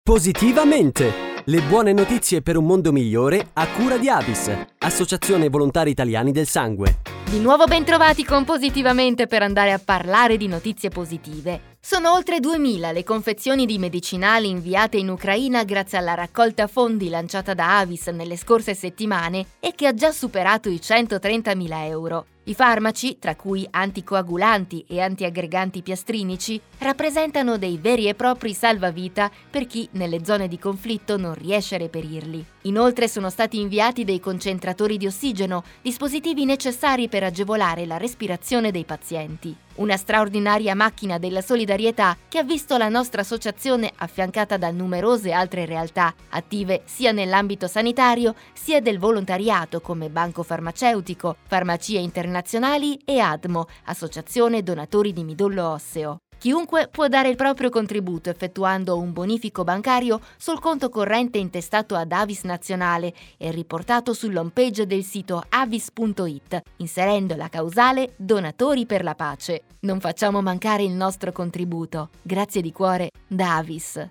Positivamente! Le buone notizie per un mondo migliore a cura di Avis, Associazione Volontari Italiani del Sangue. Di nuovo bentrovati con Positivamente per andare a parlare di notizie positive. Sono oltre 2000 le confezioni di medicinali inviate in Ucraina grazie alla raccolta fondi lanciata da Avis nelle scorse settimane e che ha già superato i 130.000 euro. I farmaci, tra cui anticoagulanti e antiaggreganti piastrinici, rappresentano dei veri e propri salvavita per chi nelle zone di conflitto non riesce a reperirli. Inoltre sono stati inviati dei concentratori di ossigeno, dispositivi necessari per agevolare la respirazione dei pazienti. Una straordinaria macchina della solidarietà che ha visto la nostra associazione affiancata da numerose altre realtà, attive sia nell'ambito sanitario sia del volontariato come Banco Farmaceutico, Farmacie Internazionali e ADMO, Associazione Donatori di Midollo Osseo. Chiunque può dare il proprio contributo effettuando un bonifico bancario sul conto corrente intestato ad Avis Nazionale e riportato sull'home page del sito avis.it, inserendo la causale Donatori per la Pace. Non facciamo mancare il nostro contributo. Grazie di cuore da Avis.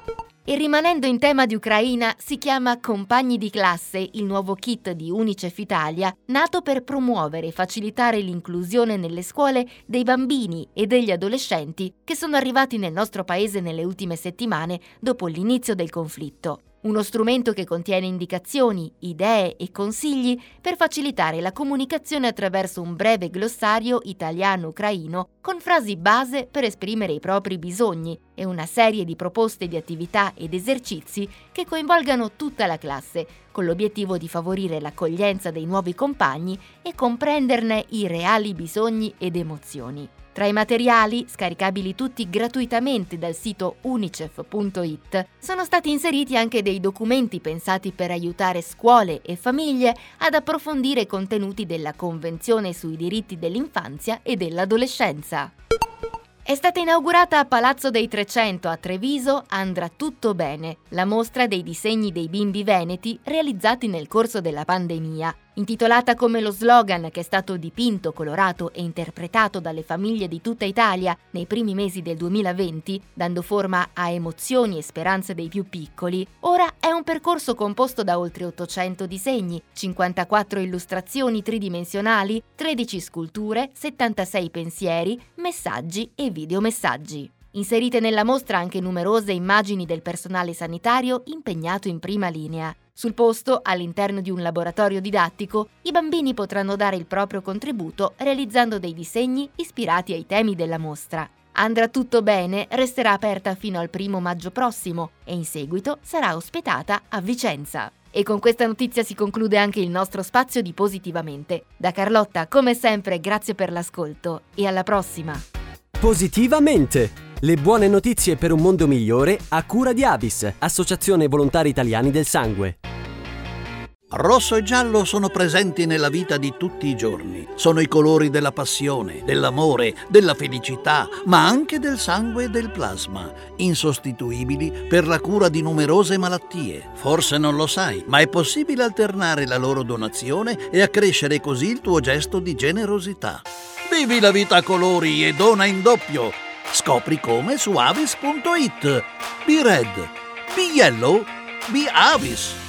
E rimanendo in tema di Ucraina, si chiama Compagni di classe, il nuovo kit di Unicef Italia, nato per promuovere e facilitare l'inclusione nelle scuole dei bambini e degli adolescenti che sono arrivati nel nostro paese nelle ultime settimane dopo l'inizio del conflitto. Uno strumento che contiene indicazioni, idee e consigli per facilitare la comunicazione attraverso un breve glossario italiano-ucraino con frasi base per esprimere i propri bisogni e una serie di proposte di attività ed esercizi che coinvolgano tutta la classe, con l'obiettivo di favorire l'accoglienza dei nuovi compagni e comprenderne i reali bisogni ed emozioni. Tra i materiali, scaricabili tutti gratuitamente dal sito unicef.it, sono stati inseriti anche dei documenti pensati per aiutare scuole e famiglie ad approfondire i contenuti della Convenzione sui diritti dell'infanzia e dell'adolescenza. È stata inaugurata a Palazzo dei 300 a Treviso Andrà tutto bene, la mostra dei disegni dei bimbi veneti realizzati nel corso della pandemia. Intitolata come lo slogan che è stato dipinto, colorato e interpretato dalle famiglie di tutta Italia nei primi mesi del 2020, dando forma a emozioni e speranze dei più piccoli, ora è un percorso composto da oltre 800 disegni, 54 illustrazioni tridimensionali, 13 sculture, 76 pensieri, messaggi e videomessaggi. Inserite nella mostra anche numerose immagini del personale sanitario impegnato in prima linea. Sul posto, all'interno di un laboratorio didattico, i bambini potranno dare il proprio contributo realizzando dei disegni ispirati ai temi della mostra. Andrà tutto bene resterà aperta fino al 1 maggio prossimo e in seguito sarà ospitata a Vicenza. E con questa notizia si conclude anche il nostro spazio di Positivamente. Da Carlotta, come sempre, grazie per l'ascolto e alla prossima! Positivamente! Le buone notizie per un mondo migliore a cura di Avis, Associazione Volontari Italiani del Sangue. Rosso e giallo sono presenti nella vita di tutti i giorni. Sono i colori della passione, dell'amore, della felicità, ma anche del sangue e del plasma, insostituibili per la cura di numerose malattie. Forse non lo sai, ma è possibile alternare la loro donazione e accrescere così il tuo gesto di generosità. Vivi la vita a colori e dona in doppio. Scopri come su avis.it. Be red, be yellow, be Avis.